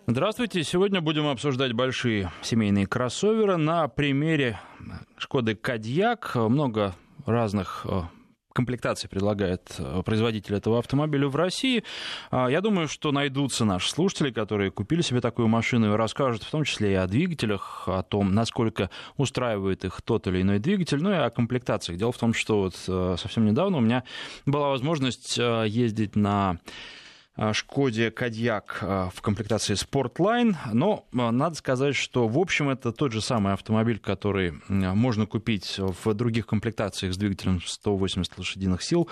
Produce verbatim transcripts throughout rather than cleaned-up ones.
Здравствуйте. Сегодня будем обсуждать большие семейные кроссоверы на примере Шкоды Кодиак. Много разных комплектаций предлагает производитель этого автомобиля в России. Я думаю, что найдутся наши слушатели, которые купили себе такую машину и расскажут в том числе и о двигателях, о том, насколько устраивает их тот или иной двигатель, ну и о комплектациях. Дело в том, что вот совсем недавно у меня была возможность ездить на Шкоде Кодиак в комплектации Sportline, но надо сказать, что в общем это тот же самый автомобиль, который можно купить в других комплектациях с двигателем сто восемьдесят лошадиных сил,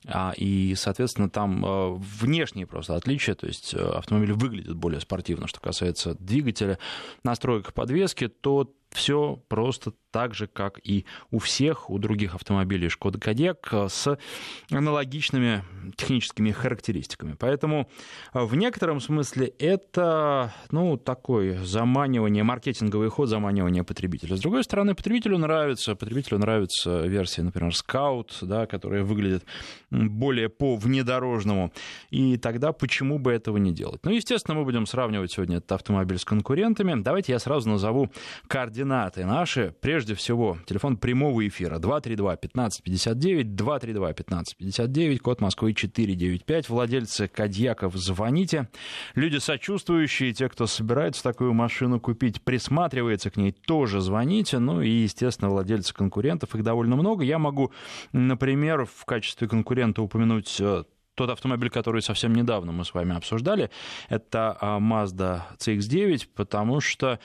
и, соответственно, там внешние просто отличия, то есть автомобиль выглядит более спортивно, что касается двигателя, настроек подвески, то все просто так же, как и у всех, у других автомобилей Шкода Кодиак с аналогичными техническими характеристиками. Поэтому в некотором смысле это, ну, такое заманивание, маркетинговый ход заманивания потребителя. С другой стороны, потребителю нравится, потребителю нравится версия, например, Scout, да, которая выглядит более по-внедорожному, и тогда почему бы этого не делать? Ну, естественно, мы будем сравнивать сегодня этот автомобиль с конкурентами. Давайте я сразу назову координаты наши. Прежде всего, телефон прямого эфира два три два пятнадцать пятьдесят девять, два три два пятнадцать пятьдесят девять, код Москвы четыре девять пять. Владельцы Кодиаков, звоните. Люди сочувствующие, те, кто собирается такую машину купить, присматривается к ней, тоже звоните. Ну и, естественно, владельцы конкурентов, их довольно много. Я могу, например, в качестве конкурента упомянуть тот автомобиль, который совсем недавно мы с вами обсуждали, это Mazda си икс девять, потому что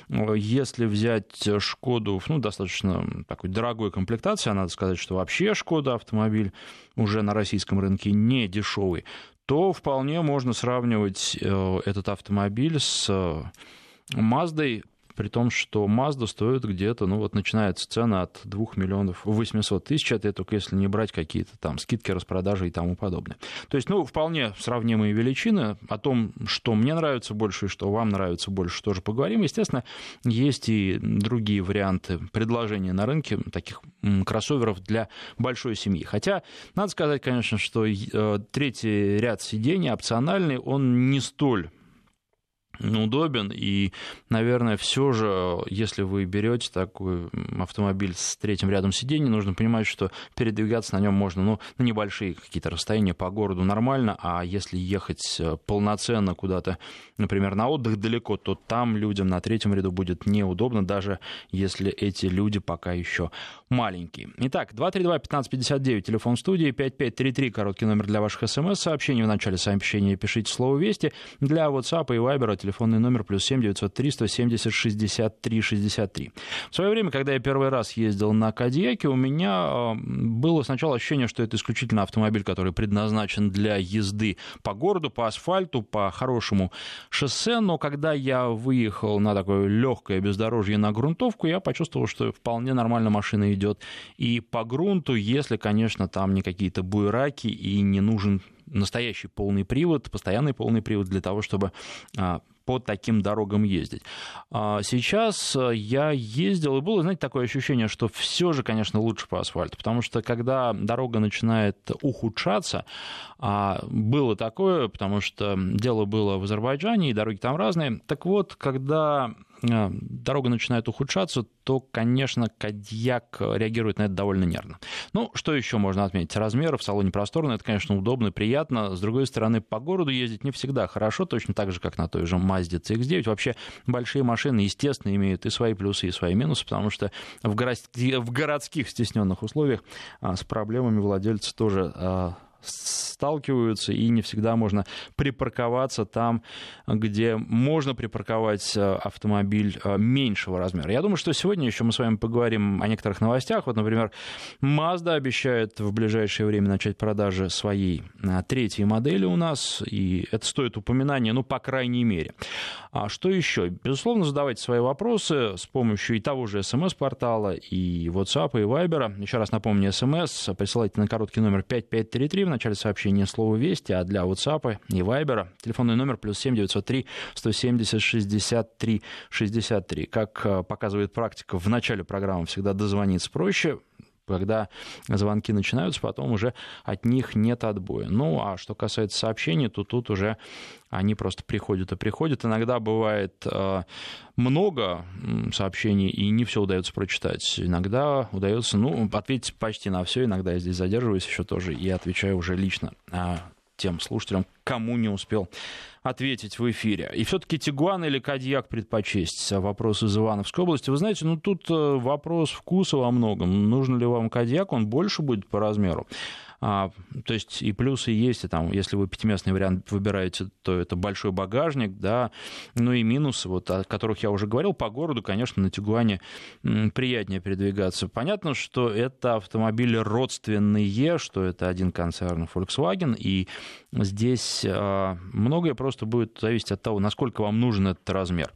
если взять Шкоду, ну, достаточно такой дорогой комплектации, а надо сказать, что вообще Шкода автомобиль уже на российском рынке не дешевый, то вполне можно сравнивать этот автомобиль с Маздой, при том, что Mazda стоит где-то, ну вот начинается цена от двух миллионов восемьсот тысяч, это только если не брать какие-то там скидки, распродажи и тому подобное. То есть, ну, вполне сравнимые величины. О том, что мне нравится больше и что вам нравится больше, тоже поговорим. Естественно, есть и другие варианты предложения на рынке таких кроссоверов для большой семьи. Хотя, надо сказать, конечно, что третий ряд сидений опциональный, он не столь удобен, и, наверное, все же, если вы берете такой автомобиль с третьим рядом сидений, нужно понимать, что передвигаться на нем можно, ну, на небольшие какие-то расстояния по городу нормально, а если ехать полноценно куда-то, например, на отдых далеко, то там людям на третьем ряду будет неудобно, даже если эти люди пока еще маленькие. Итак, два три два пятнадцать пятьдесят девять, телефон студии, пять пять три три, короткий номер для ваших смс-сообщений. В начале сообщения пишите слово «Вести». Для WhatsApp и Viber телефонный номер плюс семь девятьсот три сто семьдесят шестьдесят три шестьдесят три. В свое время, когда я первый раз ездил на Кодиаке, у меня было сначала ощущение, что это исключительно автомобиль, который предназначен для езды по городу, по асфальту, по хорошему шоссе, но когда я выехал на такое легкое бездорожье на грунтовку, я почувствовал, что вполне нормально машина идет и по грунту, если, конечно, там не какие-то буераки и не нужен настоящий полный привод, постоянный полный привод для того, чтобы по таким дорогам ездить. Сейчас я ездил, и было, знаете, такое ощущение, что все же, конечно, лучше по асфальту, потому что когда дорога начинает ухудшаться, было такое, потому что дело было в Азербайджане, и дороги там разные, так вот, когда дорога начинает ухудшаться, то, конечно, Кодиак реагирует на это довольно нервно. Ну, что еще можно отметить? Размеры в салоне просторные, это, конечно, удобно, приятно. С другой стороны, по городу ездить не всегда хорошо, точно так же, как на той же Mazda си икс девять. Вообще, большие машины, естественно, имеют и свои плюсы, и свои минусы, потому что в городских стесненных условиях с проблемами владельцы тоже сталкиваются, и не всегда можно припарковаться там, где можно припарковать автомобиль меньшего размера. Я думаю, что сегодня еще мы с вами поговорим о некоторых новостях. Вот, например, Mazda обещает в ближайшее время начать продажи своей третьей модели у нас, и это стоит упоминания, ну, по крайней мере. А что еще? Безусловно, задавайте свои вопросы с помощью и того же СМС-портала, и WhatsApp, и Viber. Еще раз напомню, СМС присылайте на короткий номер пять пять три три, в начале сообщения слово «Вести», а для WhatsApp и Viber телефонный номер плюс семь девятьсот три сто семьдесят шестьдесят три шестьдесят три. Как показывает практика, в начале программы всегда дозвониться проще. когда звонки начинаются, потом уже от них нет отбоя. Ну, а что касается сообщений, то тут уже они просто приходят и приходят. Иногда бывает э, много сообщений, и не все удается прочитать. Иногда удается, ну, ответить почти на все. Иногда я здесь задерживаюсь еще тоже и отвечаю уже лично э, тем слушателям, кому не успел ответить в эфире. И все-таки Тигуан или Кодиак предпочесть? Вопрос из Ивановской области. Вы знаете, ну тут вопрос вкуса во многом. Нужен ли вам Кодиак? Он больше будет по размеру. А, то есть и плюсы есть, и там, если вы пятиместный вариант выбираете, то это большой багажник, да, ну и минусы, вот, о которых я уже говорил, по городу, конечно, на Тигуане приятнее передвигаться. Понятно, что это автомобили родственные, что это один концерн Volkswagen, и здесь а, многое просто будет зависеть от того, насколько вам нужен этот размер.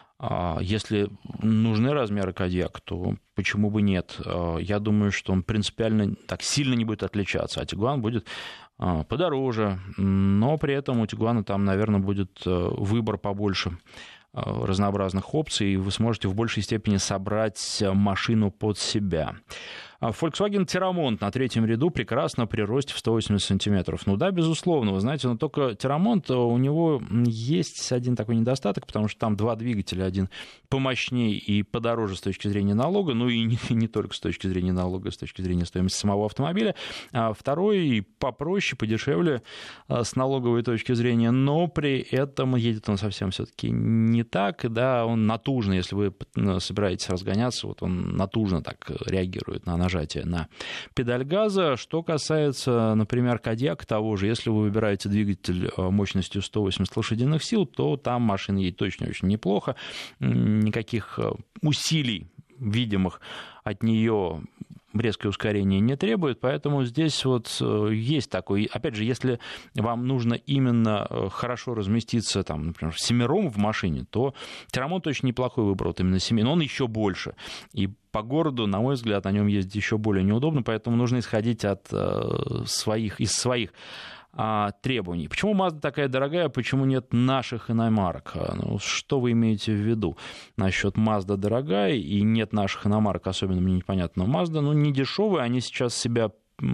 Если нужны размеры Кодиак, то почему бы нет? Я думаю, что он принципиально так сильно не будет отличаться, а Тигуан будет подороже, но при этом у Тигуана там, наверное, будет выбор побольше разнообразных опций, и вы сможете в большей степени собрать машину под себя. Volkswagen Terramont на третьем ряду прекрасно при росте в сто восемьдесят сантиметров. Ну да, безусловно, вы знаете, но только Terramont, у него есть один такой недостаток, потому что там два двигателя, один помощнее и подороже с точки зрения налога, ну и не, не только с точки зрения налога, с точки зрения стоимости самого автомобиля, а второй попроще, подешевле с налоговой точки зрения, но при этом едет он совсем все-таки не так, да, он натужно, если вы собираетесь разгоняться, вот он натужно так реагирует на нажатие на педаль газа. Что касается, например, Кодиака того же, если вы выбираете двигатель мощностью сто восемьдесят лошадиных сил, то там машина едет точно очень неплохо. Никаких усилий видимых от нее резкое ускорение не требует, поэтому здесь вот есть такой, опять же, если вам нужно именно хорошо разместиться, там, например, семером в машине, то Terramont очень неплохой выбор, вот именно семей, но он еще больше, и по городу, на мой взгляд, на нем ездить еще более неудобно, поэтому нужно исходить от своих, из своих требований. Почему Mazda такая дорогая, почему нет наших иномарок? Ну, что вы имеете в виду насчет Mazda дорогая и нет наших иномарок, особенно мне непонятно. Но Mazda, ну, не дешевые, они сейчас себя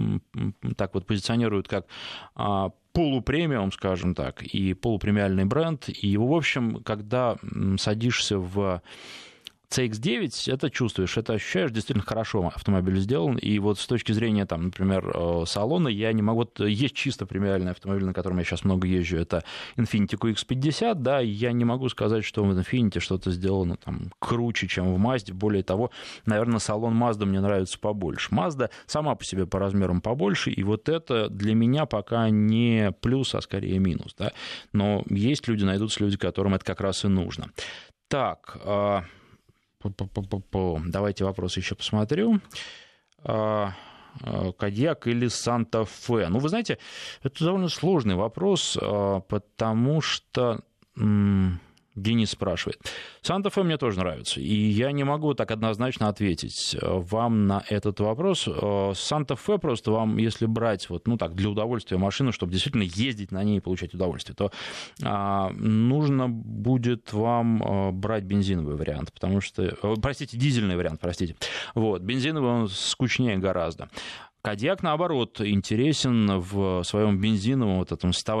так вот позиционируют как полупремиум, скажем так, и полупремиальный бренд. И, в общем, когда садишься в си икс девять, это чувствуешь, это ощущаешь, действительно хорошо автомобиль сделан, и вот с точки зрения, там, например, салона, я не могу, вот есть чисто премиальный автомобиль, на котором я сейчас много езжу, это Infiniti кью икс пятьдесят, да, и я не могу сказать, что в Infiniti что-то сделано там круче, чем в Mazda, более того, наверное, салон Mazda мне нравится побольше. Mazda сама по себе по размерам побольше, и вот это для меня пока не плюс, а скорее минус, да, но есть люди, найдутся люди, которым это как раз и нужно. Так, давайте вопросы еще посмотрю. Кодиак или Санта-Фе? Ну, вы знаете, это довольно сложный вопрос, потому что... Денис спрашивает. Санта-Фе мне тоже нравится, и я не могу так однозначно ответить вам на этот вопрос. Санта-Фе просто вам, если брать вот, ну, так, для удовольствия машину, чтобы действительно ездить на ней и получать удовольствие, то а, нужно будет вам брать бензиновый вариант, потому что... Простите, дизельный вариант, простите. Вот, бензиновый он скучнее гораздо. Кодиак, наоборот, интересен в своем бензиновом вот этом сто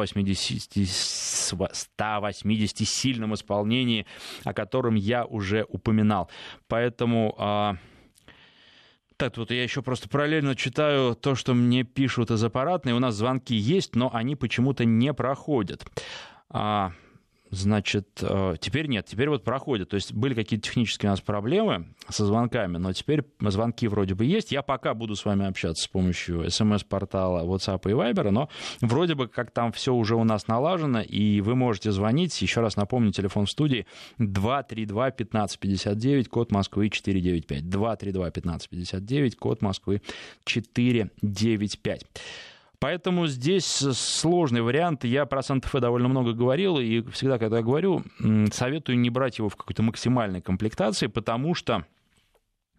восьмидесятисильном исполнении, о котором я уже упоминал. Поэтому... Так, вот я еще просто параллельно читаю то, что мне пишут из аппаратной. У нас звонки есть, но они почему-то не проходят. Значит, теперь нет, теперь вот проходит. То есть были какие-то технические у нас проблемы со звонками, но теперь звонки вроде бы есть. Я пока буду с вами общаться с помощью смс-портала WhatsApp и Viber, но вроде бы как там все уже у нас налажено, и вы можете звонить. Еще раз напомню, телефон в студии два три два пятнадцать пятьдесят девять, код Москвы четыре девять пять. два три два пятнадцать пятьдесят девять, код Москвы четыре девять пять. Поэтому здесь сложный вариант. Я про Санта-Фе довольно много говорил, и всегда, когда я говорю, советую не брать его в какой-то максимальной комплектации, потому что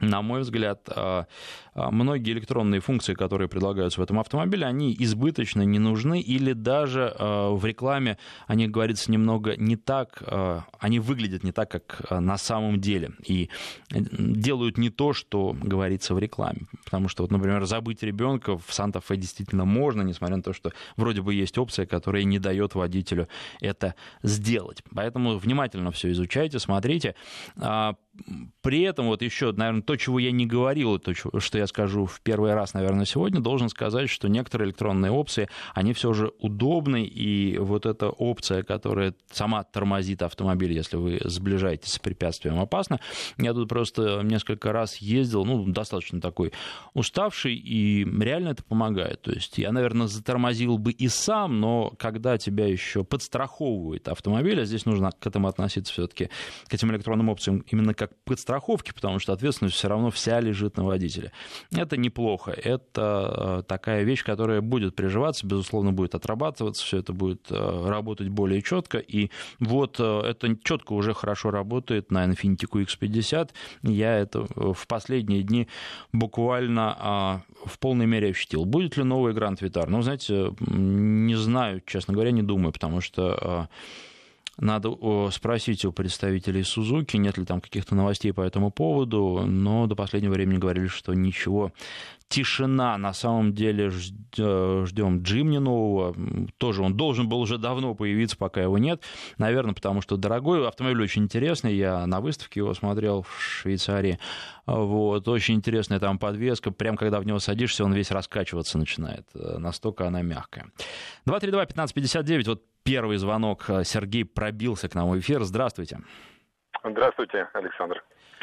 на мой взгляд, многие электронные функции, которые предлагаются в этом автомобиле, они избыточно не нужны, или даже в рекламе они, говорится, немного не так, они выглядят не так, как на самом деле, и делают не то, что говорится в рекламе. Потому что, вот, например, забыть ребенка в Санта-Фе действительно можно, несмотря на то, что вроде бы есть опция, которая не дает водителю это сделать. Поэтому внимательно все изучайте, смотрите. При этом вот еще, наверное, то, чего я не говорил, то, что я скажу в первый раз, наверное, сегодня, должен сказать, что некоторые электронные опции, они все же удобны, и вот эта опция, которая сама тормозит автомобиль, если вы сближаетесь с препятствием, опасно. Я тут просто несколько раз ездил, ну, достаточно такой уставший, и реально это помогает. То есть я, наверное, затормозил бы и сам, но когда тебя еще подстраховывает автомобиль, а здесь нужно к этому относиться все-таки, к этим электронным опциям, именно как подстраховки, потому что ответственность все равно вся лежит на водителе. Это неплохо, это такая вещь, которая будет приживаться, безусловно, будет отрабатываться, все это будет работать более четко, и вот это четко уже хорошо работает на Infiniti кью икс пятьдесят, я это в последние дни буквально в полной мере ощутил. Будет ли новый Grand Vitara? Ну, знаете, не знаю, честно говоря, не думаю, потому что надо спросить у представителей Suzuki, нет ли там каких-то новостей по этому поводу, но до последнего времени говорили, что ничего. Тишина, на самом деле ждем Джимни нового, тоже он должен был уже давно появиться, пока его нет, наверное, потому что дорогой, автомобиль очень интересный, я на выставке его смотрел в Швейцарии, вот, очень интересная там подвеска, прям когда в него садишься, он весь раскачиваться начинает, настолько она мягкая. два три два пятнадцать пятьдесят девять, вот первый звонок, Сергей пробился к нам в эфир, здравствуйте. Здравствуйте, Александр.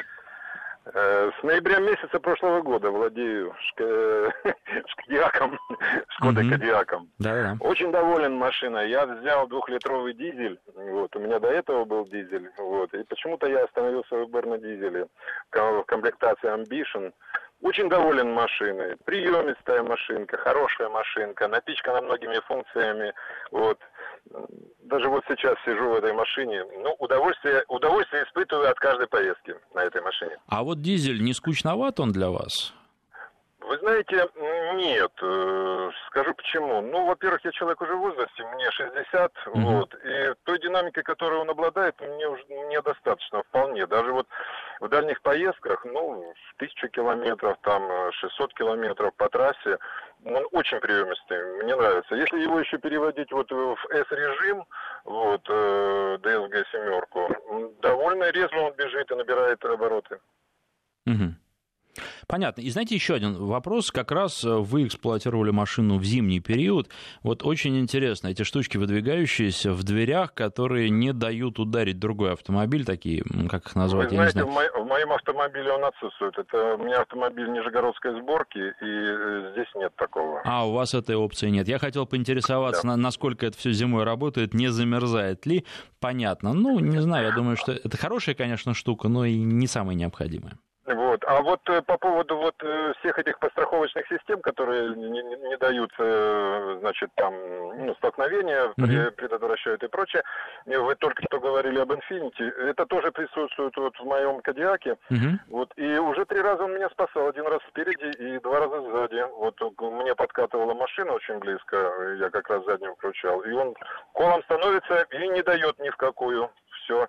С ноября месяца прошлого года владею Кодиаком, Шкодой Кодиаком. Да-да. Очень доволен машиной. Я взял двухлитровый дизель. Вот, у меня до этого был дизель. Вот, и почему-то я остановился выбор на дизеле в комплектации Ambition. Очень доволен машиной. Приемистая машинка, хорошая машинка, напичкана многими функциями. Вот. Даже вот сейчас сижу в этой машине. Ну, удовольствие, удовольствие испытываю от каждой поездки на этой машине. А вот дизель, не скучноват он для вас? Вы знаете, нет. Скажу почему. Ну, во-первых, я человек уже в возрасте, мне шестьдесят, mm-hmm. вот, и той динамикой, которой он обладает, мне уже мне достаточно, вполне. Даже вот в дальних поездках, ну, тысячу километров, там, шестьсот километров по трассе, он очень приемистый, мне нравится. Если его еще переводить вот в S-режим, вот, ди эс джи семь, довольно резво он бежит и набирает обороты. Mm-hmm. Понятно. И знаете, еще один вопрос. Как раз вы эксплуатировали машину в зимний период. Вот очень интересно, эти штучки, выдвигающиеся в дверях, которые не дают ударить другой автомобиль, такие, как их назвать, вы я знаете, не знаю. В, мо- в моем автомобиле он отсутствует. Это у меня автомобиль нижегородской сборки, и здесь нет такого. А, у вас этой опции нет. Я хотел поинтересоваться, да. насколько это все зимой работает, не замерзает ли. Понятно. Ну, не знаю, я думаю, что это хорошая, конечно, штука, но и не самая необходимая. Вот. А вот э, по поводу вот э, всех этих подстраховочных систем, которые не, не, не дают, э, значит, там, ну, столкновения, mm-hmm. предотвращают и прочее, вы только что говорили об Infiniti, это тоже присутствует вот в моем Кодиаке, mm-hmm. вот, и уже три раза он меня спасал, один раз спереди и два раза сзади, вот, мне подкатывала машина очень близко, я как раз заднюю включал, и он колом становится и не дает ни в какую, все.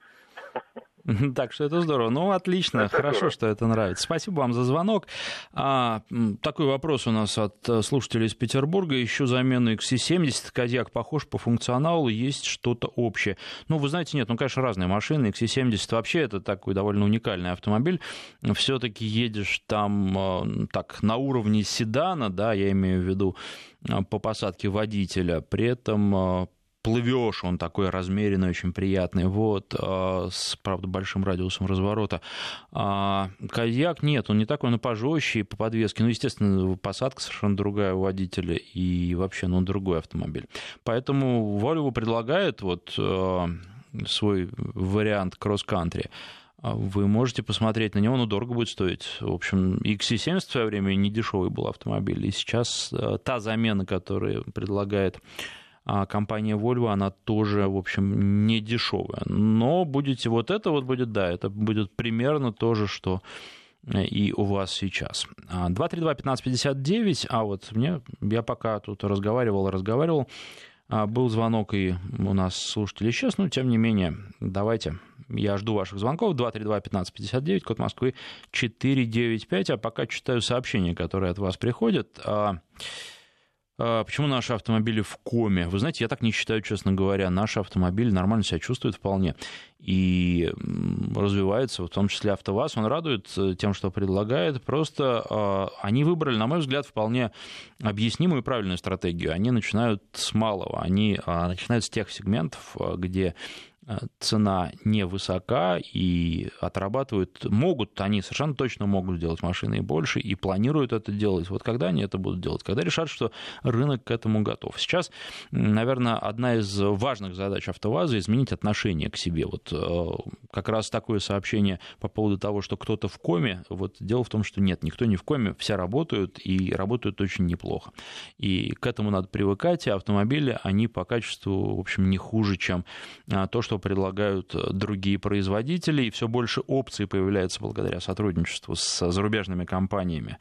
Так что это здорово. Ну, отлично, это хорошо, здорово. Что это нравится. Спасибо вам за звонок. А, такой вопрос у нас от слушателей из Петербурга. Ищу замену икс си семьдесят. Кодиак похож по функционалу, есть что-то общее. Ну, вы знаете, нет, ну, конечно, разные машины. икс си семьдесят вообще это такой довольно уникальный автомобиль. Все-таки едешь там так на уровне седана, да, я имею в виду по посадке водителя. При этом плывешь, он такой размеренный, очень приятный, вот, с, правда, большим радиусом разворота. А Кодиак нет, он не такой, он пожестче по подвеске, ну, естественно, посадка совершенно другая у водителя, и вообще, ну, другой автомобиль. Поэтому Volvo предлагает вот свой вариант кросс-кантри. Вы можете посмотреть на него, но дорого будет стоить. В общем, икс си семьдесят в свое время не дешевый был автомобиль, и сейчас та замена, которую предлагает компания Volvo, она тоже, в общем, не дешевая. Но будете вот это вот будет, да, это будет примерно то же, что и у вас сейчас. два три два пятнадцать пятьдесят девять, а вот мне, я пока тут разговаривал, разговаривал, был звонок, и у нас слушатель исчез, но тем не менее, давайте, я жду ваших звонков, два три два пятнадцать пятьдесят девять, код Москвы четыреста девяносто пять, а пока читаю сообщения, которые от вас приходят. Почему наши автомобили в коме? Вы знаете, я так не считаю, честно говоря. Наши автомобили нормально себя чувствуют вполне и развиваются, в том числе АвтоВАЗ. Он радует тем, что предлагает. Просто они выбрали, на мой взгляд, вполне объяснимую и правильную стратегию. Они начинают с малого. Они начинают с тех сегментов, где цена невысока, и отрабатывают, могут, они совершенно точно могут сделать машины и больше, и планируют это делать. Вот когда они это будут делать? Когда решат, что рынок к этому готов. Сейчас, наверное, одна из важных задач АвтоВАЗа — изменить отношение к себе. Вот как раз такое сообщение по поводу того, что кто-то в коме. Вот дело в том, что нет, никто не в коме, все работают, и работают очень неплохо. И к этому надо привыкать, и автомобили, они по качеству, в общем, не хуже, чем то, что предлагают другие производители, и все больше опций появляется благодаря сотрудничеству с зарубежными компаниями.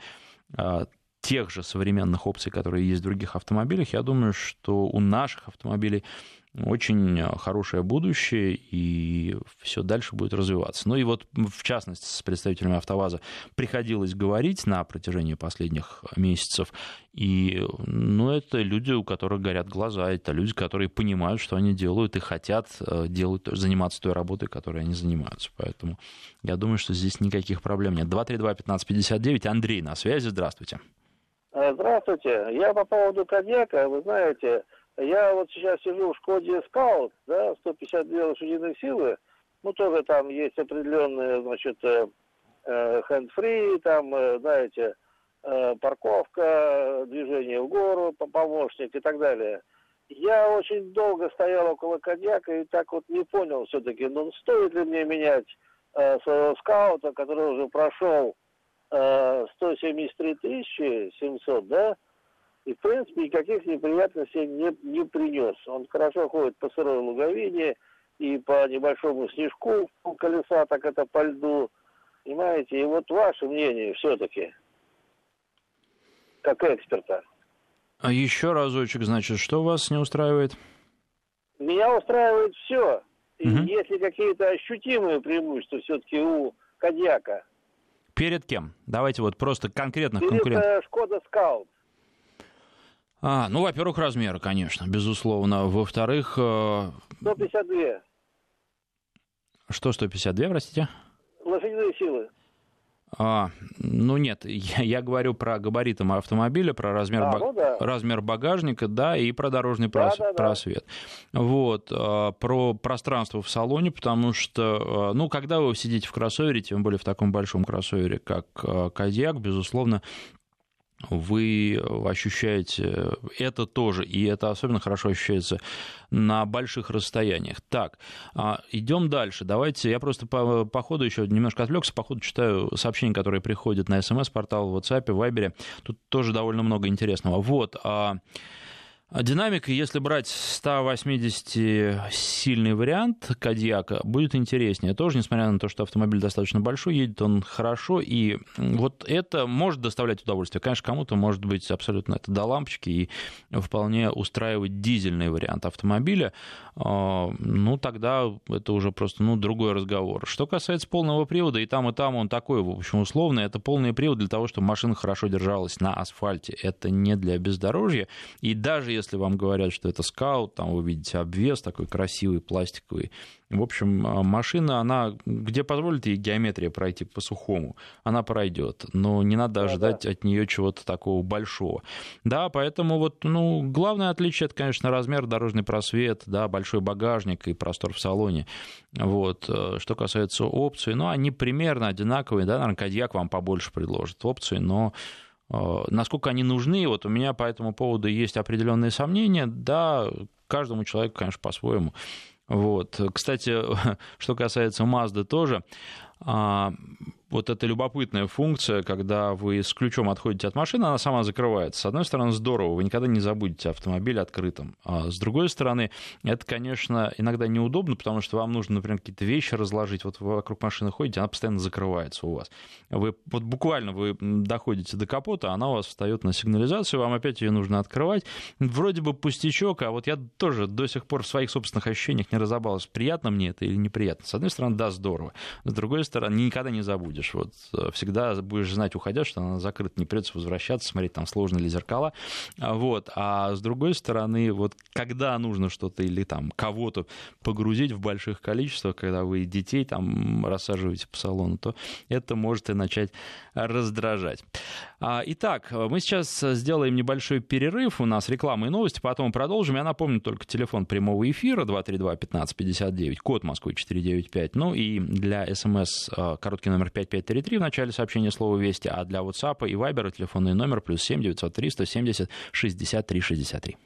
Тех же современных опций, которые есть в других автомобилях, я думаю, что у наших автомобилей очень хорошее будущее, и все дальше будет развиваться. Ну и вот, в частности, с представителями АвтоВАЗа приходилось говорить на протяжении последних месяцев, и ну, это люди, у которых горят глаза, это люди, которые понимают, что они делают, и хотят делать, заниматься той работой, которой они занимаются. Поэтому я думаю, что здесь никаких проблем нет. два три два пятнадцать пятьдесят девять, Андрей на связи, здравствуйте. Здравствуйте. Я по поводу Кодиака, вы знаете, я вот сейчас сижу в Шкоде Скаут, да, сто пятьдесят две лошадиных силы, ну, тоже там есть определенные, значит, хэнд-фри, там, знаете, парковка, движение в гору, помощник и так далее. Я очень долго стоял около Кодиака и так вот не понял все-таки, ну, стоит ли мне менять своего Скаута, который уже прошел сто семьдесят три тысячи семьсот, да, и, в принципе, никаких неприятностей не, не принес. Он хорошо ходит по сырой луговине и по небольшому снежку у колеса, так это по льду, понимаете, и вот ваше мнение все-таки, как эксперта. А еще разочек, значит, что вас не устраивает? Меня устраивает все. И угу. Есть ли какие-то ощутимые преимущества все-таки у Кодиака? Перед кем? Давайте вот просто конкретных Перед конкурентов. Шкода Скаут. А, ну, во-первых, размеры, конечно, безусловно. Во-вторых... сто пятьдесят два. Что сто пятьдесят два, простите? Лошадиные силы. А, ну нет, я, я говорю про габариты автомобиля, про размер, а, баг... ну да. размер багажника, да, и про дорожный прос... да, да, просвет. Да. Вот, про пространство в салоне, потому что, ну, когда вы сидите в кроссовере, тем более в таком большом кроссовере, как Кодиак, безусловно, вы ощущаете это тоже, и это особенно хорошо ощущается на больших расстояниях. Так, идем дальше. Давайте, я просто по, по ходу еще немножко отвлекся, по ходу читаю сообщения, которые приходят на СМС-портал, в WhatsApp, в Viber. Тут тоже довольно много интересного. Вот, динамика, если брать сто восьмидесятисильный вариант Кодиака, будет интереснее. Тоже, несмотря на то, что автомобиль достаточно большой, едет он хорошо, и вот это может доставлять удовольствие. Конечно, кому-то может быть абсолютно это до лампочки, и вполне устраивать дизельный вариант автомобиля. Ну, тогда это уже просто, ну, другой разговор. Что касается полного привода, и там, и там он такой, в общем, условный. Это полный привод для того, чтобы машина хорошо держалась на асфальте. Это не для бездорожья. И даже если вам говорят, что это Скаут, там вы видите обвес такой красивый, пластиковый. В общем, машина, она, где позволит ей геометрия пройти по сухому, она пройдет. Но не надо ожидать от нее чего-то такого большого. Да, поэтому вот, ну, главное отличие, это, конечно, размер, дорожный просвет, да, большой багажник и простор в салоне. Вот. Что касается опций, ну, они примерно одинаковые, да, наверное, Кодиак вам побольше предложит опций, но насколько они нужны, вот у меня по этому поводу есть определенные сомнения. Да, каждому человеку, конечно, по-своему. Вот. Кстати, что касается Mazda тоже, вот эта любопытная функция, когда вы с ключом отходите от машины, она сама закрывается. С одной стороны, здорово, вы никогда не забудете автомобиль открытым. А с другой стороны, это, конечно, иногда неудобно, потому что вам нужно, например, какие-то вещи разложить. Вот вы вокруг машины ходите, она постоянно закрывается у вас. Вы, вот буквально вы доходите до капота, она у вас встает на сигнализацию, вам опять ее нужно открывать. Вроде бы пустячок, а вот я тоже до сих пор в своих собственных ощущениях не разобрался, приятно мне это или неприятно. С одной стороны, да, здорово. С другой стороны, никогда не забудешь. Вот всегда будешь знать, уходя, что она закрыта, не придется возвращаться, смотреть, там сложны ли зеркала. Вот. А с другой стороны, вот когда нужно что-то или там кого-то погрузить в больших количествах, когда вы детей там рассаживаете по салону, то это может и начать раздражать. Итак, мы сейчас сделаем небольшой перерыв, у нас реклама и новости, потом продолжим. Я напомню только телефон прямого эфира два три два пятнадцать пятьдесят девять, код Москвы четыре девять пять, ну и для СМС короткий номер пять пять три три в начале сообщения слова «Вести», а для WhatsApp и Viber телефонный номер плюс семь девятьсот три сто семьдесят шестьдесят три шестьдесят три.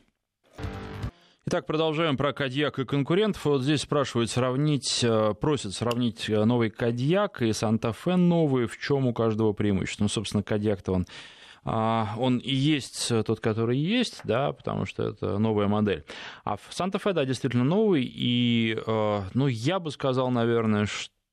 Итак, продолжаем про Кодиак и конкурентов. Вот здесь спрашивают сравнить, просят сравнить новый Кодиак и Санта-Фе новый, в чем у каждого преимущество. Ну, собственно, Кодиак-то он... Он и есть тот, который есть, да, потому что это новая модель. А Санта-Фе, да, действительно новый, и, ну, я бы сказал, наверное,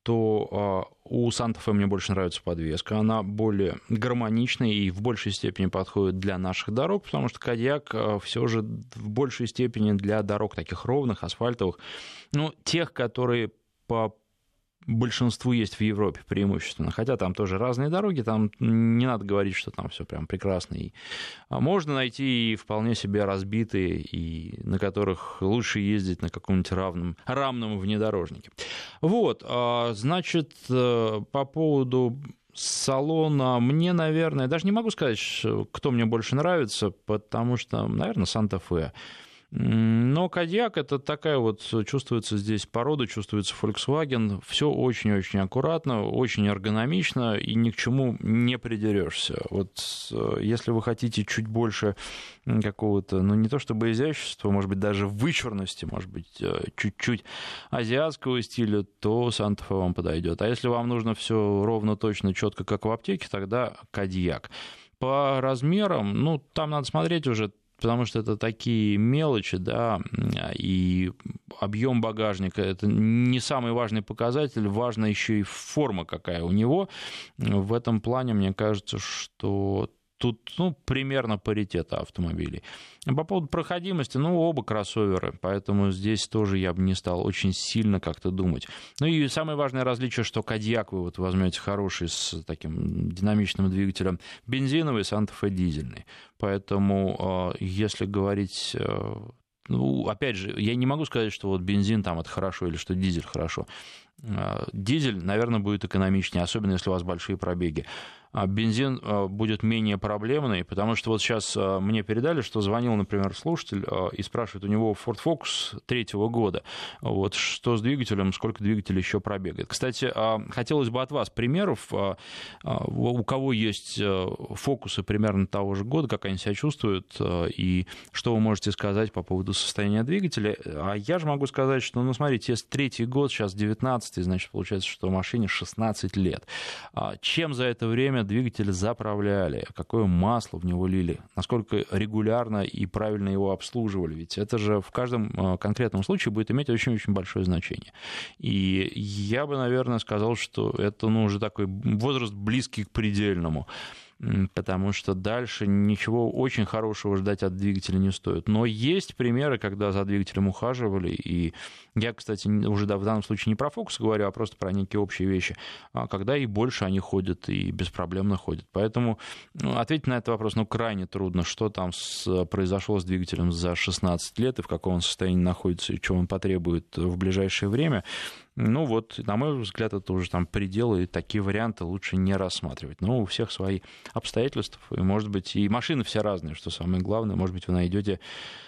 что у Санта-Фе мне больше нравится подвеска, она более гармоничная и в большей степени подходит для наших дорог, потому что Кодиак все же в большей степени для дорог таких ровных, асфальтовых, ну, тех, которые по большинству есть в Европе преимущественно, хотя там тоже разные дороги, там не надо говорить, что там все прям прекрасно. И можно найти и вполне себе разбитые, и на которых лучше ездить на каком-нибудь равном, равном внедорожнике. Вот, значит, по поводу салона, мне, наверное, даже не могу сказать, кто мне больше нравится, потому что, наверное, Санта-Фе. Но Кодиак — это такая вот, чувствуется здесь порода, чувствуется Volkswagen, все очень-очень аккуратно, очень эргономично, и ни к чему не придерешься. Вот если вы хотите чуть больше какого-то, ну не то чтобы изящества, может быть, даже вычурности, может быть, чуть-чуть азиатского стиля, то Санта-Фе вам подойдет. А если вам нужно все ровно, точно, четко, как в аптеке, тогда Кодиак. По размерам, ну, там надо смотреть уже, потому что это такие мелочи, да, и объем багажника — это не самый важный показатель, важна еще и форма какая у него. В этом плане, мне кажется, что тут, ну, примерно паритет автомобилей. По поводу проходимости, ну, оба кроссоверы, поэтому здесь тоже я бы не стал очень сильно как-то думать. Ну и самое важное различие, что Кодиак вы вот возьмете хороший с таким динамичным двигателем бензиновый, Санта-Фе дизельный. Поэтому, если говорить... Ну, опять же, я не могу сказать, что вот бензин там это хорошо или что дизель хорошо. Дизель, наверное, будет экономичнее, особенно если у вас большие пробеги. Бензин будет менее проблемный, потому что вот сейчас мне передали, что звонил, например, слушатель и спрашивает, у него Ford Focus третьего года, вот что с двигателем, сколько двигатель еще пробегает. Кстати, хотелось бы от вас примеров, у кого есть фокусы примерно того же года, как они себя чувствуют, и что вы можете сказать по поводу состояния двигателя. А я же могу сказать, что, ну, смотрите, если третий год, сейчас девятнадцатый, значит, получается, что машине шестнадцать лет. Чем за это время двигатель заправляли, какое масло в него лили, насколько регулярно и правильно его обслуживали. Ведь это же в каждом конкретном случае будет иметь очень-очень большое значение. И я бы, наверное, сказал, что это, ну, уже такой возраст близкий к предельному, потому что дальше ничего очень хорошего ждать от двигателя не стоит. Но есть примеры, когда за двигателем ухаживали, и я, кстати, уже в данном случае не про фокус говорю, а просто про некие общие вещи, когда и больше они ходят, и беспроблемно ходят. Поэтому, ну, ответить на этот вопрос, ну, крайне трудно, что там с, произошло с двигателем за шестнадцать лет, и в каком он состоянии находится, и что он потребует в ближайшее время. Ну вот, на мой взгляд, это уже там пределы, и такие варианты лучше не рассматривать. Но у всех свои обстоятельства, и, может быть, и машины все разные, что самое главное, может быть, вы найдете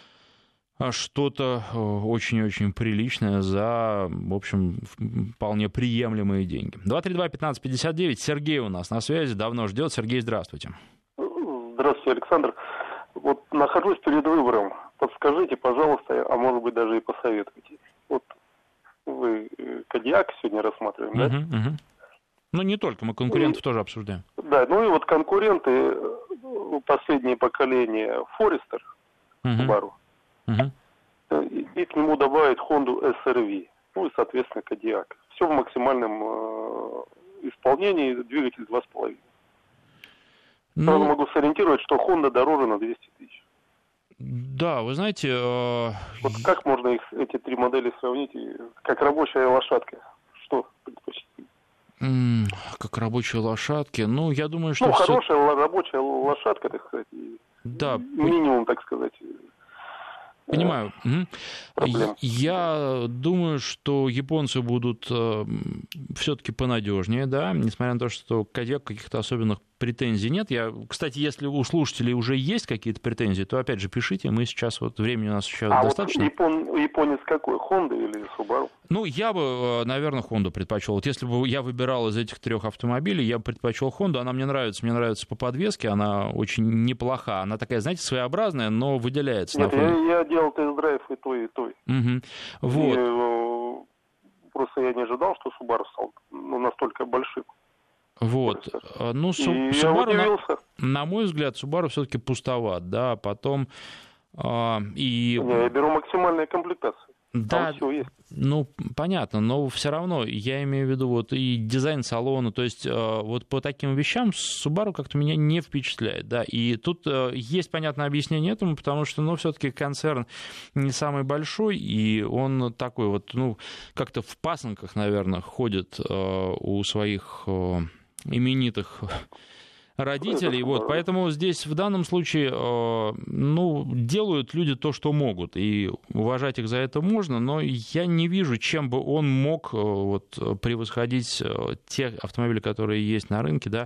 что-то очень-очень приличное за, в общем, вполне приемлемые деньги. два три два пятнадцать пятьдесят девять, Сергей у нас на связи, давно ждет. Сергей, здравствуйте. Здравствуйте, Александр. Вот нахожусь перед выбором. Подскажите, пожалуйста, а может быть, даже и посоветуйте. Вот вы Кодиак сегодня рассматриваем, да? Uh-huh, uh-huh. Ну, не только, мы конкурентов и, тоже обсуждаем. Да, ну и вот конкуренты, последнее поколение Forester, Subaru, uh-huh. uh-huh. И, и к нему добавить Honda эс эр ви, ну и, соответственно, Kodiaq. Все в максимальном э, исполнении, двигатель два с половиной. Ну, сразу могу сориентировать, что Honda дороже на двести тысяч. Да, вы знаете... Э... Вот как можно их, эти три модели сравнить, как рабочая лошадка? Что предпочтите? Mm, как рабочие лошадки? Ну, я думаю, что... Ну, все... хорошая рабочая лошадка, так сказать. Да. Минимум, так сказать. Понимаю. Проблем. Я думаю, что японцы будут э, все-таки понадежнее, да, несмотря на то, что Kodiaq каких-то особенных претензий нет. Я, кстати, если у слушателей уже есть какие-то претензии, то опять же пишите, мы сейчас, вот времени у нас еще а достаточно. А вот япон, японец какой, Honda или Subaru? Ну, я бы, наверное, Honda предпочел. Вот если бы я выбирал из этих трех автомобилей, я бы предпочел Honda. Она мне нравится, мне нравится по подвеске, она очень неплоха. Она такая, знаете, своеобразная, но выделяется. Нет, я, я делал тест-драйв и той, и той. Угу. Вот. И, просто я не ожидал, что Subaru стал ну, настолько большим. Вот. Ну, Су- Subaru, на, на мой взгляд, Subaru все-таки пустоват, да, потом а, и... Не, я беру максимальные комплектации. Да, ну, понятно, но все равно я имею в виду вот и дизайн салона, то есть вот по таким вещам Subaru как-то меня не впечатляет, да, и тут есть понятное объяснение этому, потому что, ну, все-таки концерн не самый большой, и он такой вот, ну, как-то в пасынках, наверное, ходит у своих именитых родителей, вот, поэтому здесь в данном случае, ну, делают люди то, что могут, и уважать их за это можно, но я не вижу, чем бы он мог вот превосходить те автомобили, которые есть на рынке, да.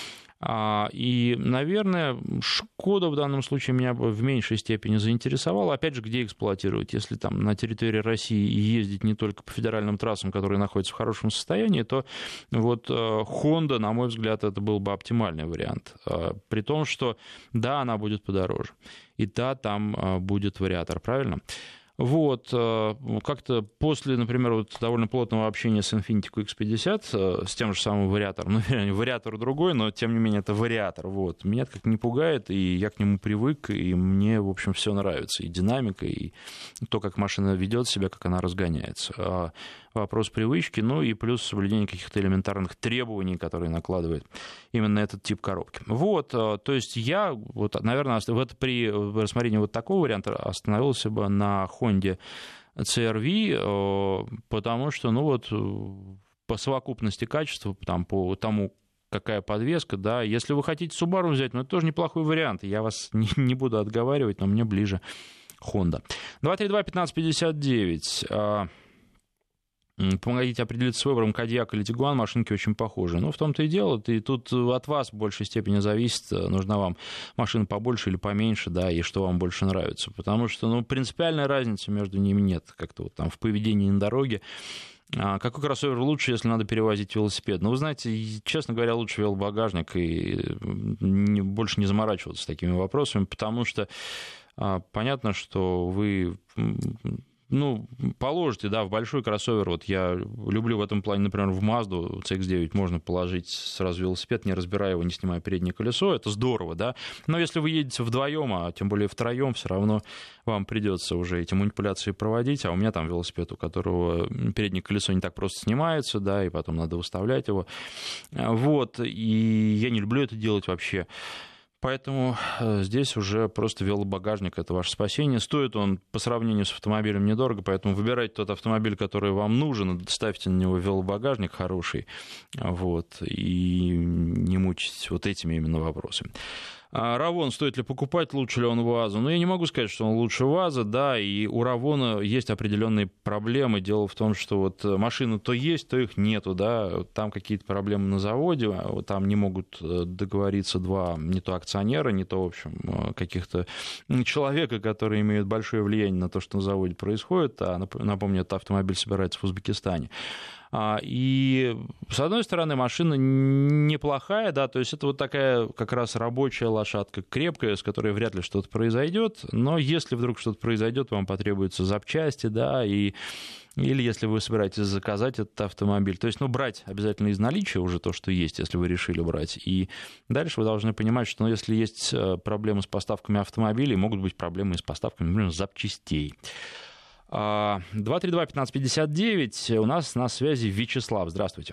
И, наверное, Шкода в данном случае меня бы в меньшей степени заинтересовала. Опять же, где эксплуатировать? Если там на территории России ездить не только по федеральным трассам, которые находятся в хорошем состоянии, то вот Honda, на мой взгляд, это был бы оптимальный вариант. При том, что да, она будет подороже. И да, там будет вариатор, правильно? Вот, как-то после, например, вот довольно плотного общения с Infiniti кью икс пятьдесят, с тем же самым вариатором, ну, вернее, вариатор другой, но, тем не менее, это вариатор, вот, меня это как не пугает, и я к нему привык, и мне, в общем, все нравится, и динамика, и то, как машина ведет себя, как она разгоняется. Вопрос привычки, ну, и плюс соблюдение каких-то элементарных требований, которые накладывает именно этот тип коробки. Вот, то есть я, вот, наверное, вот при рассмотрении вот такого варианта остановился бы на Honda си ар ви, потому что, ну, вот, по совокупности качества, там, по тому, какая подвеска, да, если вы хотите Subaru взять, ну, это тоже неплохой вариант, я вас не, не буду отговаривать, но мне ближе Honda. два три два пятнадцать пятьдесят девять. Помогите определиться с выбором, Kodiaq или Tiguan, машинки очень похожи. Ну, в том-то и дело, и тут от вас в большей степени зависит, нужна вам машина побольше или поменьше, да, и что вам больше нравится. Потому что, ну, принципиальной разницы между ними нет, как-то вот там в поведении на дороге. Какой кроссовер лучше, если надо перевозить велосипед? Ну, вы знаете, честно говоря, лучше велобагажник и не, больше не заморачиваться такими вопросами, потому что понятно, что вы... Ну, положите, да, в большой кроссовер, вот я люблю в этом плане, например, в Mazda си икс девять можно положить сразу велосипед, не разбирая его, не снимая переднее колесо, это здорово, да, но если вы едете вдвоем, а тем более втроем, все равно вам придется уже эти манипуляции проводить, а у меня там велосипед, у которого переднее колесо не так просто снимается, да, и потом надо выставлять его, вот, и я не люблю это делать вообще. Поэтому здесь уже просто велобагажник — это ваше спасение. Стоит он по сравнению с автомобилем недорого, поэтому выбирайте тот автомобиль, который вам нужен, ставьте на него велобагажник хороший, вот, и не мучайтесь вот этими именно вопросами. Равон, стоит ли покупать, лучше ли он ВАЗу? Ну, я не могу сказать, что он лучше ВАЗа, да, и у Равона есть определенные проблемы. Дело в том, что вот машины то есть, то их нету, да, там какие-то проблемы на заводе, там не могут договориться два, не то акционера, не то, в общем, каких-то человека, которые имеют большое влияние на то, что на заводе происходит, а, напомню, этот автомобиль собирается в Узбекистане. И, с одной стороны, машина неплохая, да, то есть это вот такая как раз рабочая лошадка, крепкая, с которой вряд ли что-то произойдет, но если вдруг что-то произойдет, вам потребуются запчасти, да, и или если вы собираетесь заказать этот автомобиль. То есть, ну, брать обязательно из наличия уже то, что есть, если вы решили брать. И дальше вы должны понимать, что ну, если есть проблемы с поставками автомобилей, могут быть проблемы и с поставками, например, запчастей. два три два пятнадцать пятьдесят девять. У нас на связи Вячеслав. Здравствуйте.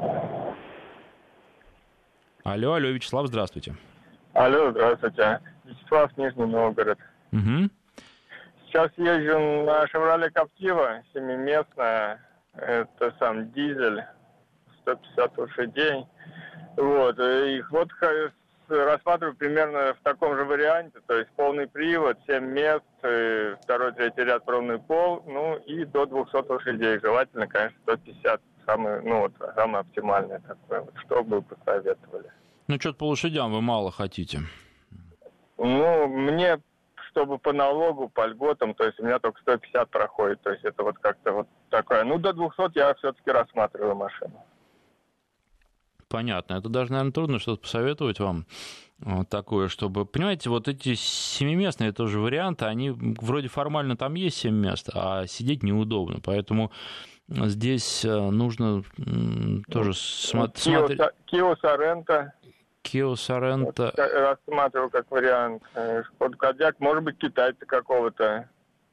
Алло, алло, Вячеслав, здравствуйте. Алло, здравствуйте. Вячеслав, Нижний Новгород. Угу. Сейчас езжу на Chevrolet Captiva, семиместная, это сам дизель, сто пятьдесят лошадей. Вот, их вот рассматриваю примерно в таком же варианте, то есть полный привод, семь мест, второй, третий ряд ровный пол, ну и до двухсот лошадей, желательно, конечно, сто пятьдесят, самый, ну вот, самое оптимальное такое, вот, что бы вы посоветовали? Ну, что-то по лошадям вы мало хотите. Ну, мне... чтобы по налогу, по льготам, то есть у меня только сто пятьдесят проходит, то есть это вот как-то вот такое. Ну, до двухсот я все-таки рассматриваю машину. Понятно. Это даже, наверное, трудно что-то посоветовать вам вот такое, чтобы... Понимаете, вот эти семиместные тоже варианты, они вроде формально там есть семь мест, а сидеть неудобно, поэтому здесь нужно тоже смотреть... Kia Sorento. Kia Sorento. Рассматривал как вариант. Шкода Кодиак, может быть, китайца какого-то.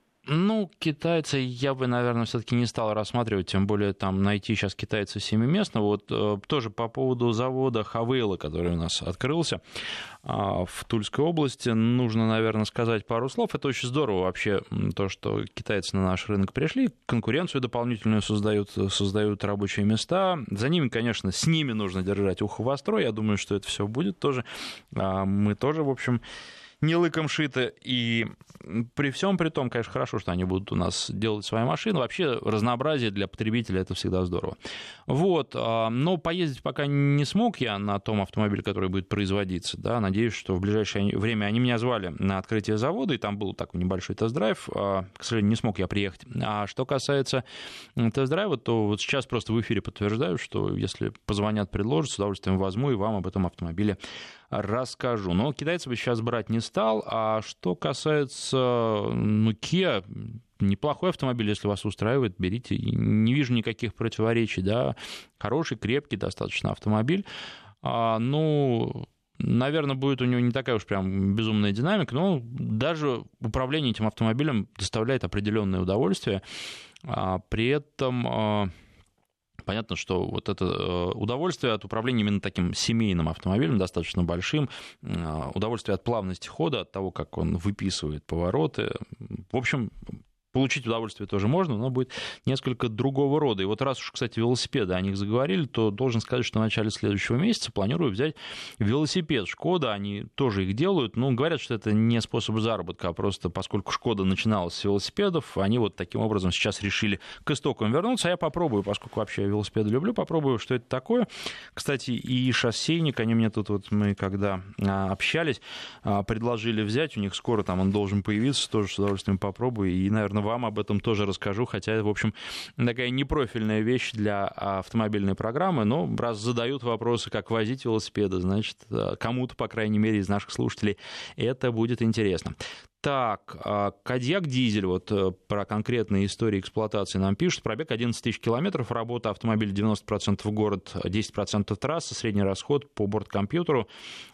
Ну, китайца я бы, наверное, все-таки не стал рассматривать, тем более там найти сейчас китайца семиместного. Вот э, тоже по поводу завода Хавейла, который у нас открылся э, в Тульской области, нужно, наверное, сказать пару слов. Это очень здорово вообще, то, что китайцы на наш рынок пришли, конкуренцию дополнительную создают, создают рабочие места. За ними, конечно, с ними нужно держать ухо востро. Я думаю, что это все будет тоже. А мы тоже, в общем... не лыком шито, и при всем при том, конечно, хорошо, что они будут у нас делать свои машины. Вообще разнообразие для потребителя — это всегда здорово. Вот, но поездить пока не смог я на том автомобиле, который будет производиться, да, надеюсь, что в ближайшее время они меня звали на открытие завода, и там был такой небольшой тест-драйв, к сожалению, не смог я приехать. А что касается тест-драйва, то вот сейчас просто в эфире подтверждаю, что если позвонят, предложат, с удовольствием возьму и вам об этом автомобиле расскажу. Но китайцев бы сейчас брать не стал. А что касается, ну, Kia, неплохой автомобиль, если вас устраивает, берите. Не вижу никаких противоречий, да. Хороший, крепкий достаточно автомобиль. А, ну, наверное, будет у него не такая уж прям безумная динамика, но даже управление этим автомобилем доставляет определенное удовольствие. А, при этом... Понятно, что вот это удовольствие от управления именно таким семейным автомобилем, достаточно большим, удовольствие от плавности хода, от того, как он выписывает повороты. В общем, получить удовольствие тоже можно, но будет несколько другого рода. И вот раз уж, кстати, велосипеды, о них заговорили, то должен сказать, что в начале следующего месяца планирую взять велосипед Шкода. Они тоже их делают. Ну, говорят, что это не способ заработка, а просто поскольку Шкода начиналась с велосипедов, они вот таким образом сейчас решили к истокам вернуться. А я попробую, поскольку вообще я велосипеды люблю, попробую, что это такое. Кстати, и шоссейник, они мне тут вот, мы когда общались, предложили взять. У них скоро там он должен появиться, тоже с удовольствием попробую. И, наверное, вам об этом тоже расскажу, хотя, в общем, такая непрофильная вещь для автомобильной программы, но раз задают вопросы, как возить велосипеды, значит, кому-то, по крайней мере, из наших слушателей это будет интересно. Так, Кодиак дизель, вот про конкретные истории эксплуатации нам пишут. Пробег одиннадцать тысяч километров, работа автомобиля девяносто процентов город, десять процентов трасса, средний расход по борткомпьютеру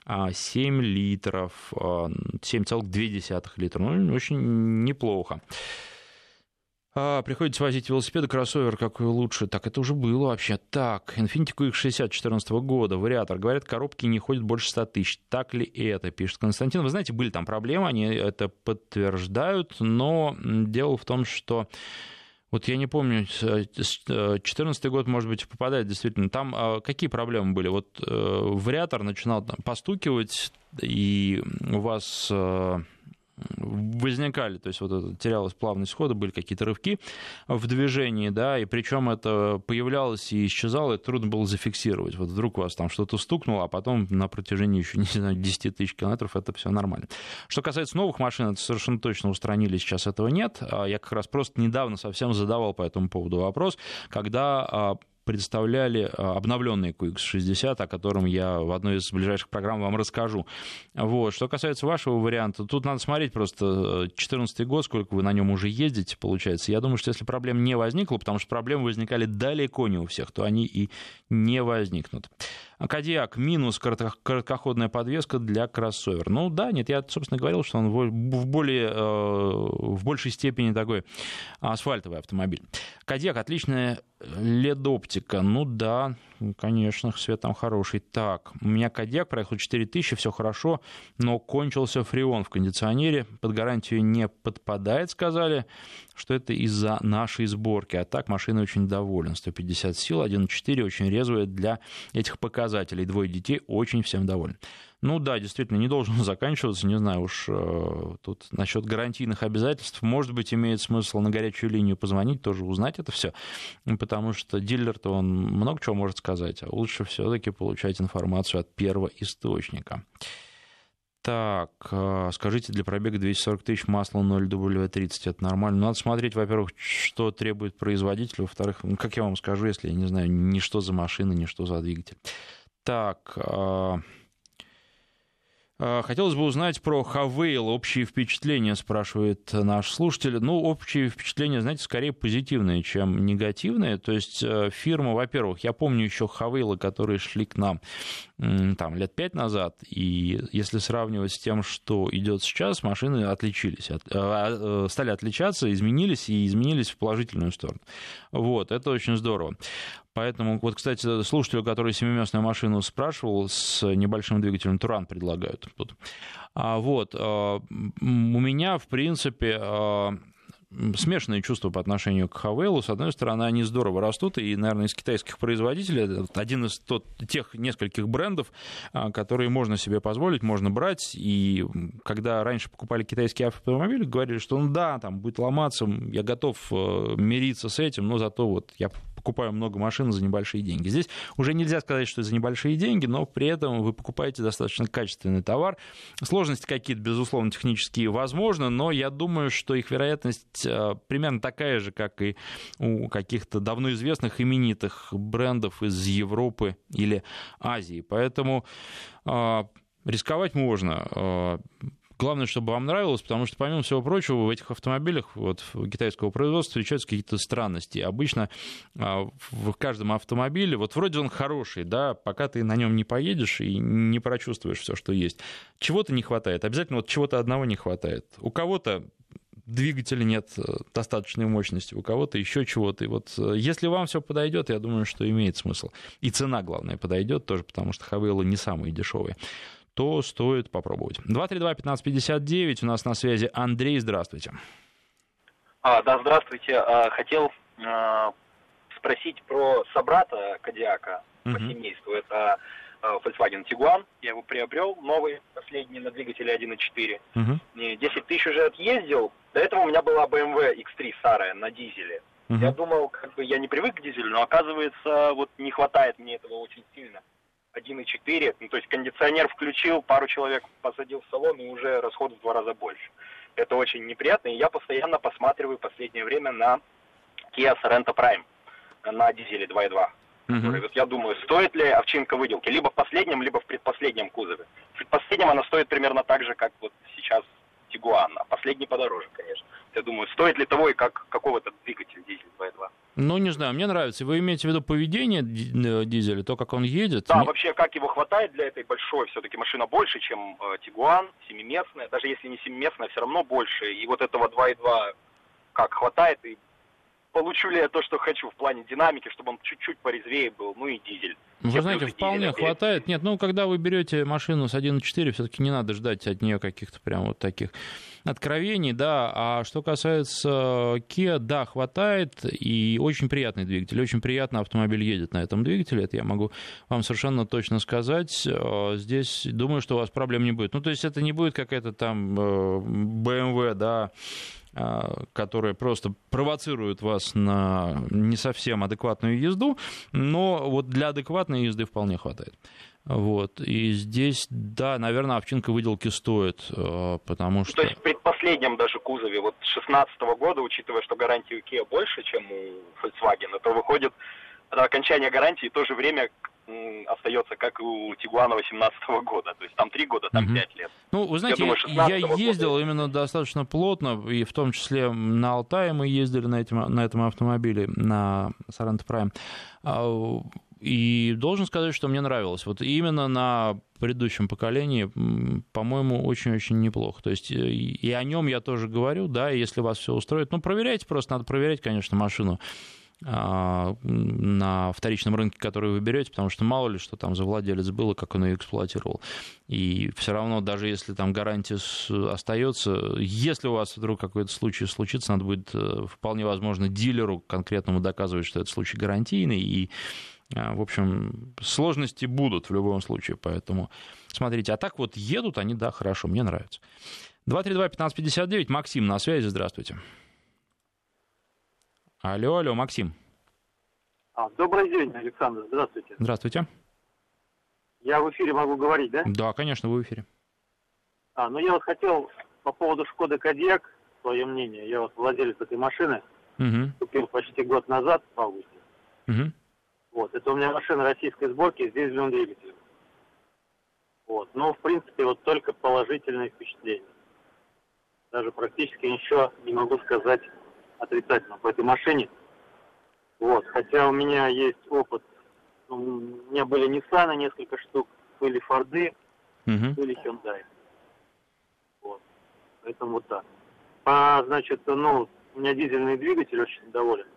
семь литров, семь целых две десятых литра. Ну, очень неплохо. А, приходится возить велосипеды, кроссовер, какой лучше. Так, это уже было вообще. Так, Infiniti кью икс шестьдесят четырнадцатого года, вариатор. Говорят, коробки не ходят больше ста тысяч. Так ли это, пишет Константин. Вы знаете, были там проблемы, они это подтверждают, но дело в том, что... Вот я не помню, четырнадцатый год, может быть, попадает действительно. Там какие проблемы были? Вот вариатор начинал там постукивать, и у вас... возникали, то есть вот это, терялась плавность хода, были какие-то рывки в движении, да, и причем это появлялось и исчезало, это трудно было зафиксировать. Вот вдруг у вас там что-то стукнуло, а потом на протяжении еще, не знаю, десять тысяч километров это все нормально. Что касается новых машин, это совершенно точно устранили, сейчас этого нет. Я как раз просто недавно совсем задавал по этому поводу вопрос, когда представляли обновленный кью икс шестьдесят, о котором я в одной из ближайших программ вам расскажу. Вот. Что касается вашего варианта, тут надо смотреть просто две тысячи четырнадцатый год, сколько вы на нем уже ездите, получается. Я думаю, что если проблем не возникло, потому что проблемы возникали далеко не у всех, то они и не возникнут. Кодиак минус короткоходная подвеска для кроссовера. Ну да, нет, я, собственно, говорил, что он в, более, в большей степени такой асфальтовый автомобиль. Кодиак отличная лед-оптика. Ну да, конечно, свет там хороший. Так, у меня Кодиак проехал четыре тысячи, все хорошо, но кончился фреон в кондиционере. Под гарантию не подпадает, сказали, что это из-за нашей сборки. А так машина очень доволен. сто пятьдесят сил, один и четыре, очень резвая для этих показателей. Двое детей, очень всем доволен. Ну да, действительно, не должен заканчиваться, не знаю уж, э, тут насчет гарантийных обязательств, может быть, имеет смысл на горячую линию позвонить, тоже узнать это все, потому что дилер-то он много чего может сказать, а лучше все-таки получать информацию от первоисточника. Так, э, скажите, для пробега двести сорок тысяч масло ноль дабл ю тридцать, это нормально? Надо смотреть, во-первых, что требует производитель, во-вторых, ну, как я вам скажу, если я не знаю ни что за машина, ни что за двигатель. Так... Э, Хотелось бы узнать про Хавейл. Общие впечатления, спрашивает наш слушатель. Ну, общие впечатления, знаете, скорее позитивные, чем негативные. То есть фирма, во-первых, я помню еще Хавейлы, которые шли к нам там, лет пять назад, и если сравнивать с тем, что идет сейчас, машины отличились, от, стали отличаться, изменились и изменились в положительную сторону. Вот, это очень здорово. Поэтому, вот, кстати, слушателю, который семиместную машину спрашивал, с небольшим двигателем Туран предлагают тут. А, вот, а, у меня, в принципе, а, смешанные чувства по отношению к Хавейлу. С одной стороны, они здорово растут, и, наверное, из китайских производителей один из тот, тех нескольких брендов, которые можно себе позволить, можно брать. И когда раньше покупали китайские автомобили, говорили, что ну да, там будет ломаться, я готов мириться с этим, но зато вот я покупаю много машин за небольшие деньги. Здесь уже нельзя сказать, что это за небольшие деньги, но при этом вы покупаете достаточно качественный товар. Сложности какие-то, безусловно, технические возможны, но я думаю, что их вероятность примерно такая же, как и у каких-то давно известных именитых брендов из Европы или Азии. Поэтому э, рисковать можно. Э, Главное, чтобы вам нравилось, потому что, помимо всего прочего, в этих автомобилях вот, китайского производства встречаются какие-то странности. Обычно в каждом автомобиле, вот вроде он хороший, да, пока ты на нем не поедешь и не прочувствуешь все, что есть, чего-то не хватает. Обязательно вот чего-то одного не хватает. У кого-то двигателя нет достаточной мощности, у кого-то еще чего-то. И вот если вам все подойдет, я думаю, что имеет смысл. И цена, главное, подойдет тоже, потому что Хавейлы не самые дешевые. То стоит попробовать. два три два пятнадцать пятьдесят девять, у нас на связи Андрей, здравствуйте. А, да, здравствуйте. А, хотел а, спросить про собрата Кодиака uh-huh. по семейству. Это а, Volkswagen Tiguan. Я его приобрел, новый, последний, на двигателе один и четыре. Uh-huh. десять тысяч уже отъездил. До этого у меня была бэ эм вэ икс три старая на дизеле. Uh-huh. Я думал, как бы я не привык к дизелю, но оказывается, вот не хватает мне этого очень сильно. один и четыре, ну, то есть кондиционер включил, пару человек посадил в салон, и уже расход в два раза больше. Это очень неприятно, и я постоянно посматриваю в последнее время на Kia Sorento Prime, на дизеле два и два. Uh-huh. Вот я думаю, стоит ли овчинка выделки, либо в последнем, либо в предпоследнем кузове. В предпоследнем она стоит примерно так же, как вот сейчас Tiguan, а последний подороже, конечно. Я думаю, стоит ли того и как какого-то двигателя дизель два и два. Ну, не знаю, мне нравится. Вы имеете в виду поведение дизеля, то, как он едет? Да, Мне... вообще, как его хватает для этой большой, все-таки машина больше, чем э, Tiguan, семиместная. Даже если не семиместная, все равно больше. И вот этого два и два как хватает, и получу ли я то, что хочу в плане динамики, чтобы он чуть-чуть порезвее был, ну и дизель. Вы Все знаете, вполне хватает. Нет, ну, когда вы берете машину с один и четыре, все-таки не надо ждать от нее каких-то прям вот таких откровений, да. А что касается Kia, да, хватает, и очень приятный двигатель, очень приятно автомобиль едет на этом двигателе, это я могу вам совершенно точно сказать. Здесь думаю, что у вас проблем не будет. Ну, то есть это не будет какая-то там бэ эм вэ, да, которые просто провоцируют вас на не совсем адекватную езду, но вот для адекватной езды вполне хватает. Вот. И здесь, да, наверное, овчинка выделки стоит, потому что... То есть в предпоследнем даже кузове, вот шестнадцатого года, учитывая, что гарантия у Kia больше, чем у Volkswagen, то выходит окончания гарантии то же время остается, как и у Тигуана восемнадцатого года. То есть там три года, там пять лет. Ну, вы знаете, я, думаю, я ездил года. именно достаточно плотно, и в том числе на Алтае мы ездили на, этим, на этом автомобиле, на Sorento Prime. И должен сказать, что мне нравилось. Вот именно на предыдущем поколении, по-моему, очень-очень неплохо. То есть и о нем я тоже говорю, да, если вас все устроит. Ну, проверяйте просто, надо проверять, конечно, машину на вторичном рынке, который вы берете, потому что мало ли, что там за владелец был и как он ее эксплуатировал. И все равно, даже если там гарантия остается, если у вас вдруг какой-то случай случится, надо будет вполне возможно дилеру конкретному доказывать, что этот случай гарантийный, и, в общем, сложности будут в любом случае, поэтому смотрите. А так вот едут они, да, хорошо, мне нравится. два три два пятнадцать пятьдесят девять, Максим на связи, здравствуйте. Алло, алло, Максим. А, добрый день, Александр, здравствуйте. Здравствуйте. Я в эфире могу говорить, да? Да, конечно, вы в эфире. А, ну я вот хотел по поводу Шкоды Кодиак, свое мнение. Я вот владелец этой машины, угу. Купил почти год назад, в августе. Угу. Вот, это у меня машина российской сборки с дизельным двигателем. Вот, но в принципе вот только положительные впечатления. Даже практически ничего не могу сказать отрицательно по этой машине. Вот. Хотя у меня есть опыт. У меня были Nissan несколько штук, были Форды, uh-huh. были Hyundai. Вот. Поэтому вот так. А, значит, ну, у меня дизельный двигатель, очень доволен.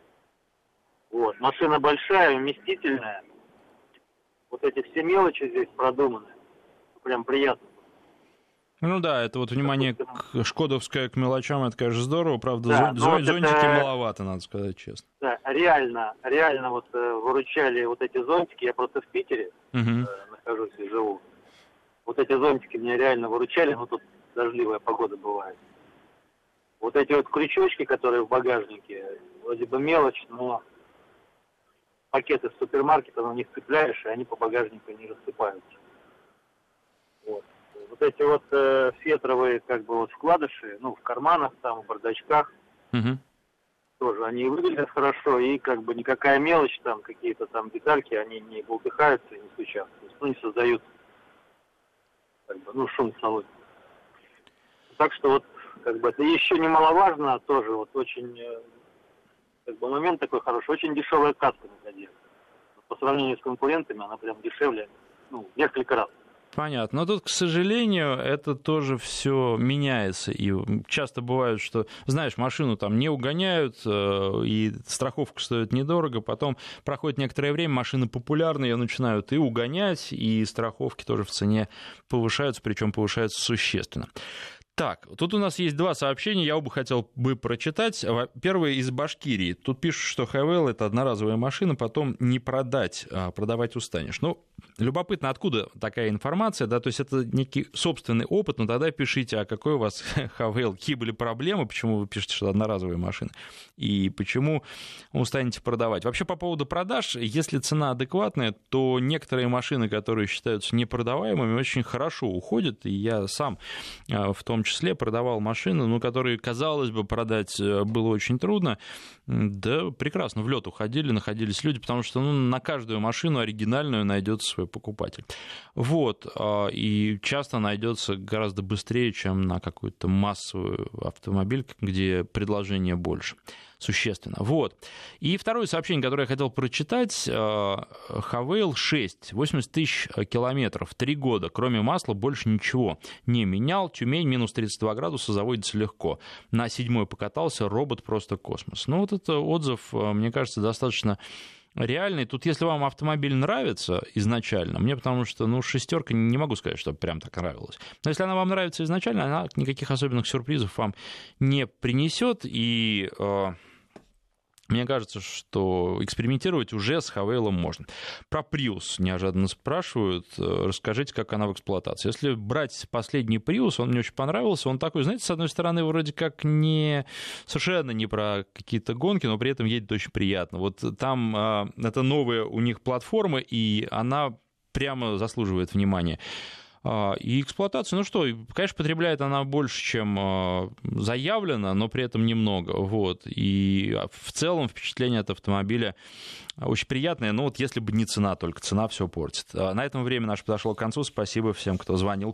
Вот. Машина большая, вместительная. Вот эти все мелочи здесь продуманы. Прям приятно. Ну да, это вот внимание к шкодовское к мелочам, это, конечно, здорово, правда, да, зон, зонтики это... маловато, надо сказать честно. Да, реально, реально вот э, выручали вот эти зонтики, я просто в Питере угу. э, нахожусь и живу. Вот эти зонтики меня реально выручали, но тут дождливая погода бывает. Вот эти вот крючочки, которые в багажнике, вроде бы мелочь, но пакеты с супермаркета на них цепляешь, и они по багажнику не рассыпаются. Вот. Вот эти вот э, фетровые, как бы, вот вкладыши, ну, в карманах, там, в бардачках, угу. тоже они выглядят хорошо, и, как бы, никакая мелочь, там, какие-то там детальки, они не болтыхаются и не стучат. То есть, ну, не создают, как бы, ну, шум в салоне. Так что, вот, как бы, это еще немаловажно, тоже, вот, очень, э, как бы, момент такой хороший, очень дешевая каска на Кодиак. По сравнению с конкурентами, она прям дешевле, ну, в несколько раз. Понятно. Но тут, к сожалению, это тоже все меняется. И часто бывает, что, знаешь, машину там не угоняют, и страховка стоит недорого. Потом проходит некоторое время, машины популярны, ее начинают и угонять, и страховки тоже в цене повышаются, причем повышаются существенно. Так, тут у нас есть два сообщения, я оба хотел бы прочитать. Первое из Башкирии. Тут пишут, что Хавейл — это одноразовая машина, потом не продать, а продавать устанешь. Ну, любопытно, откуда такая информация, да, то есть это некий собственный опыт, но тогда пишите, а какой у вас Хавейл, какие были проблемы, почему вы пишете, что одноразовая машина, и почему устанете продавать. Вообще, по поводу продаж, если цена адекватная, то некоторые машины, которые считаются непродаваемыми, очень хорошо уходят, и я сам в том числе числе продавал машины, ну, которые, казалось бы, продать было очень трудно, да прекрасно в лед уходили, находились люди, потому что, ну, на каждую машину оригинальную найдется свой покупатель. Вот, и часто найдется гораздо быстрее, чем на какой-то массовый автомобиль, где предложение больше. Существенно. Вот. И второе сообщение, которое я хотел прочитать. Хавейл шесть, восемьдесят тысяч километров, три года. Кроме масла больше ничего не менял. Тюмень, минус тридцать два градуса, заводится легко. На седьмой покатался, робот просто космос. Ну, вот это отзыв, мне кажется, достаточно реальный. Тут, если вам автомобиль нравится изначально, мне потому что, ну, шестерка, не могу сказать, что прям так нравилась. Но если она вам нравится изначально, она никаких особенных сюрпризов вам не принесет. И э, мне кажется, что экспериментировать уже с Хавейлом можно. Про Prius неожиданно спрашивают. Расскажите, как она в эксплуатации. Если брать последний Prius, он мне очень понравился. Он такой, знаете, с одной стороны, вроде как не совершенно не про какие-то гонки, но при этом едет очень приятно. Вот там э, это новая у них платформа, и она прямо заслуживает внимания. И эксплуатация, ну что, конечно, потребляет она больше, чем заявлено, но при этом немного. Вот. И в целом впечатление от автомобиля очень приятное. Но вот если бы не цена, только цена все портит. На этом время наше подошло к концу. Спасибо всем, кто звонил.